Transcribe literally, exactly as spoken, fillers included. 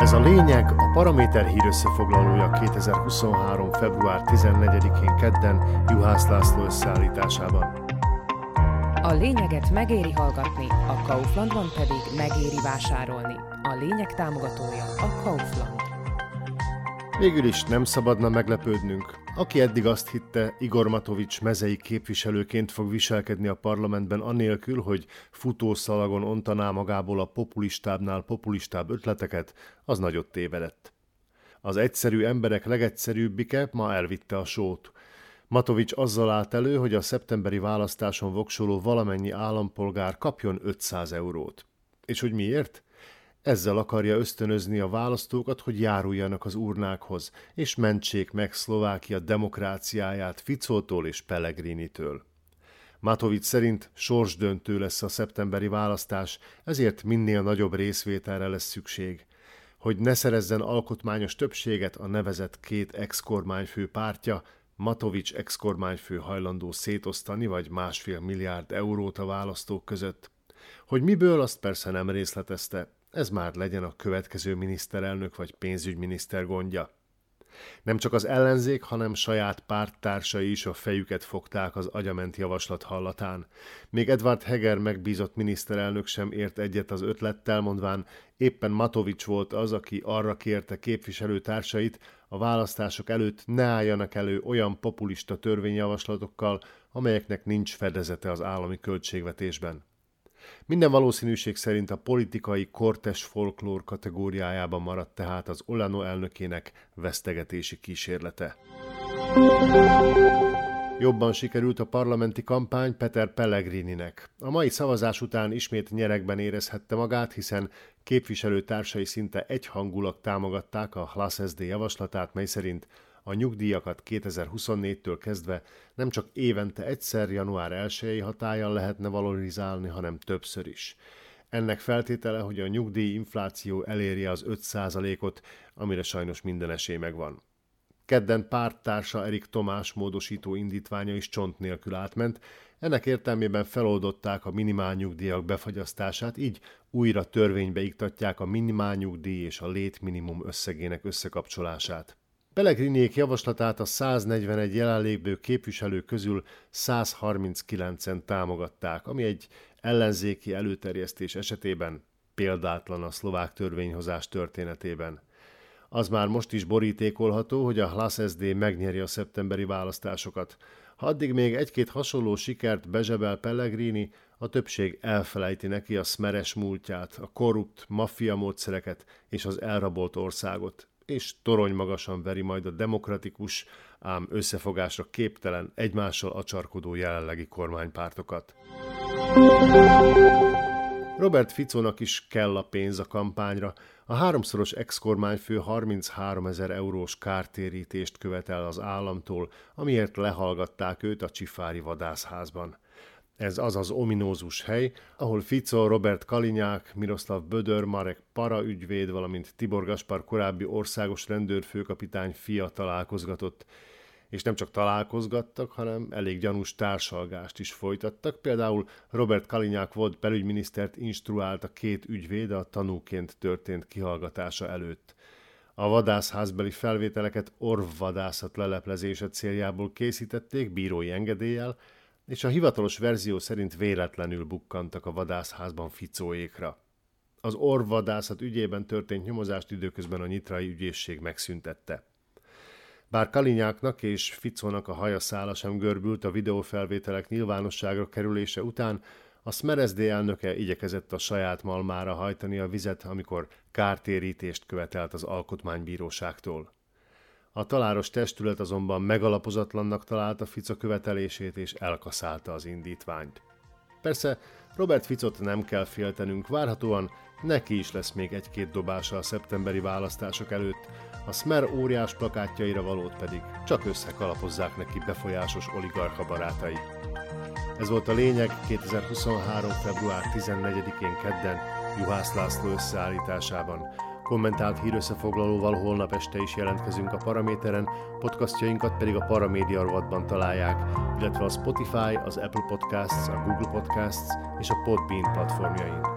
Ez a lényeg, a Paraméter hír összefoglalója kétezer-huszonhárom. február tizennegyedikén kedden Juhász László összeállításában. A lényeget megéri hallgatni, a Kauflandban pedig megéri vásárolni. A lényeg támogatója a Kaufland. Végül is nem szabadna meglepődnünk. Aki eddig azt hitte, Igor Matovics mezei képviselőként fog viselkedni a parlamentben annélkül, hogy futószalagon ontaná magából a populistábbnál populistább ötleteket, az nagyot tévedett. Az egyszerű emberek legegyszerűbbike ma elvitte a sót. Matovics azzal állt elő, hogy a szeptemberi választáson voksoló valamennyi állampolgár kapjon ötszáz eurót. És hogy miért? Ezzel akarja ösztönözni a választókat, hogy járuljanak az urnákhoz, és mentsék meg Szlovákia demokráciáját Ficótól és Pellegrinitől. Matovics szerint sorsdöntő lesz a szeptemberi választás, ezért minél nagyobb részvételre lesz szükség. Hogy ne szerezzen alkotmányos többséget a nevezett két ex-kormányfő pártja, Matovics ex-kormányfő hajlandó szétosztani vagy másfél milliárd eurót a választók között. Hogy miből, azt persze nem részletezte. Ez már legyen a következő miniszterelnök vagy pénzügyminiszter gondja. Nem csak az ellenzék, hanem saját párttársai is a fejüket fogták az agyament javaslat hallatán. Még Edvard Heger megbízott miniszterelnök sem ért egyet az ötlettel, mondván éppen Matovics volt az, aki arra kérte képviselőtársait, a választások előtt ne álljanak elő olyan populista törvényjavaslatokkal, amelyeknek nincs fedezete az állami költségvetésben. Minden valószínűség szerint a politikai kortes folklór kategóriájában maradt tehát az Olano elnökének vesztegetési kísérlete. Jobban sikerült a parlamenti kampány Peter Pellegrininek. A mai szavazás után ismét nyeregben érezhette magát, hiszen képviselőtársai szinte egyhangulag támogatták a Hlas es zé dé javaslatát, mely szerint a nyugdíjakat kétezer-huszonnégytől kezdve nem csak évente egyszer január elsejei hatállyal lehetne valorizálni, hanem többször is. Ennek feltétele, hogy a nyugdíj infláció elérje az öt százalékot, amire sajnos minden esély megvan. Kedden párttársa Erik Tomás módosító indítványa is csont nélkül átment, ennek értelmében feloldották a minimálnyugdíjak befagyasztását, így újra törvénybe iktatják a minimálnyugdíj és a létminimum összegének összekapcsolását. Pellegriniék javaslatát a száznegyvenegy jelenlévő képviselő közül száz harminckilencen támogatták, ami egy ellenzéki előterjesztés esetében példátlan a szlovák törvényhozás történetében. Az már most is borítékolható, hogy a Hlas es zé dé megnyeri a szeptemberi választásokat. Ha addig még egy-két hasonló sikert bezsebel Pellegrini, a többség elfelejti neki a szmeres múltját, a korrupt maffia módszereket és az elrabolt országot, és torony magasan veri majd a demokratikus, ám összefogásra képtelen, egymással acsarkodó jelenlegi kormánypártokat. Robert Ficónak is kell a pénz a kampányra. A háromszoros ex-kormányfő harmincháromezer eurós kártérítést követel az államtól, amiért lehallgatták őt a csifári vadászházban. Ez az az ominózus hely, ahol Fico, Robert Kalinyák, Miroslav Bödör, Marek Para ügyvéd, valamint Tibor Gaspar korábbi országos rendőrfőkapitány fia találkozgatott. És nem csak találkozgattak, hanem elég gyanús társalgást is folytattak. Például Robert Kalinyák volt belügyminisztert instruált a két ügyvéd a tanúként történt kihallgatása előtt. A vadászházbeli felvételeket orvvadászat leleplezése céljából készítették bírói engedéllyel, és a hivatalos verzió szerint véletlenül bukkantak a vadászházban Ficóékra. Az orvvadászat ügyében történt nyomozást időközben a nyitrai ügyészség megszüntette. Bár Kalinyáknak és Ficónak a haja szála sem görbült a videófelvételek nyilvánosságra kerülése után, a Smer es zé dé elnöke igyekezett a saját malmára hajtani a vizet, amikor kártérítést követelt az alkotmánybíróságtól. A taláros testület azonban megalapozatlannak találta Fico követelését és elkaszálta az indítványt. Persze Robert Ficot nem kell féltenünk, várhatóan neki is lesz még egy-két dobása a szeptemberi választások előtt, a Smer óriás plakátjaira valót pedig csak összekalapozzák neki befolyásos oligarcha barátai. Ez volt a lényeg kétezer-huszonhárom. február tizennegyedikén kedden Juhász László összeállításában. Kommentált hírösszefoglalóval holnap este is jelentkezünk a Paraméteren, podcastjainkat pedig a Paramédia rovatban találják, illetve a Spotify, az Apple Podcasts, a Google Podcasts és a Podbean platformjain.